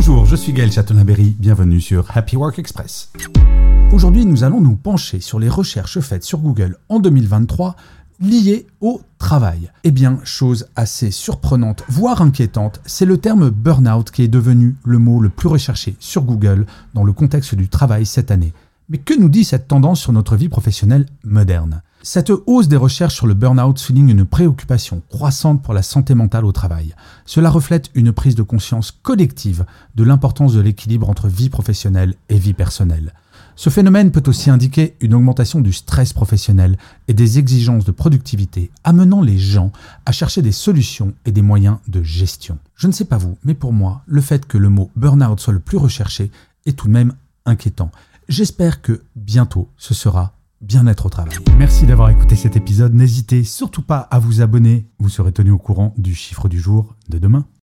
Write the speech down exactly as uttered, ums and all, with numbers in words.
Bonjour, je suis Gaël Chatonaberry, bienvenue sur Happy Work Express. Aujourd'hui, nous allons nous pencher sur les recherches faites sur Google en deux mille vingt-trois liées au travail. Eh bien, chose assez surprenante, voire inquiétante, c'est le terme burn-out qui est devenu le mot le plus recherché sur Google dans le contexte du travail cette année. Mais que nous dit cette tendance sur notre vie professionnelle moderne ? Cette hausse des recherches sur le burn-out souligne une préoccupation croissante pour la santé mentale au travail. Cela reflète une prise de conscience collective de l'importance de l'équilibre entre vie professionnelle et vie personnelle. Ce phénomène peut aussi indiquer une augmentation du stress professionnel et des exigences de productivité, amenant les gens à chercher des solutions et des moyens de gestion. Je ne sais pas vous, mais pour moi, le fait que le mot burn-out soit le plus recherché est tout de même inquiétant. J'espère que bientôt ce sera bien-être au travail. Merci d'avoir écouté cet épisode. N'hésitez surtout pas à vous abonner. Vous serez tenu au courant du chiffre du jour de demain.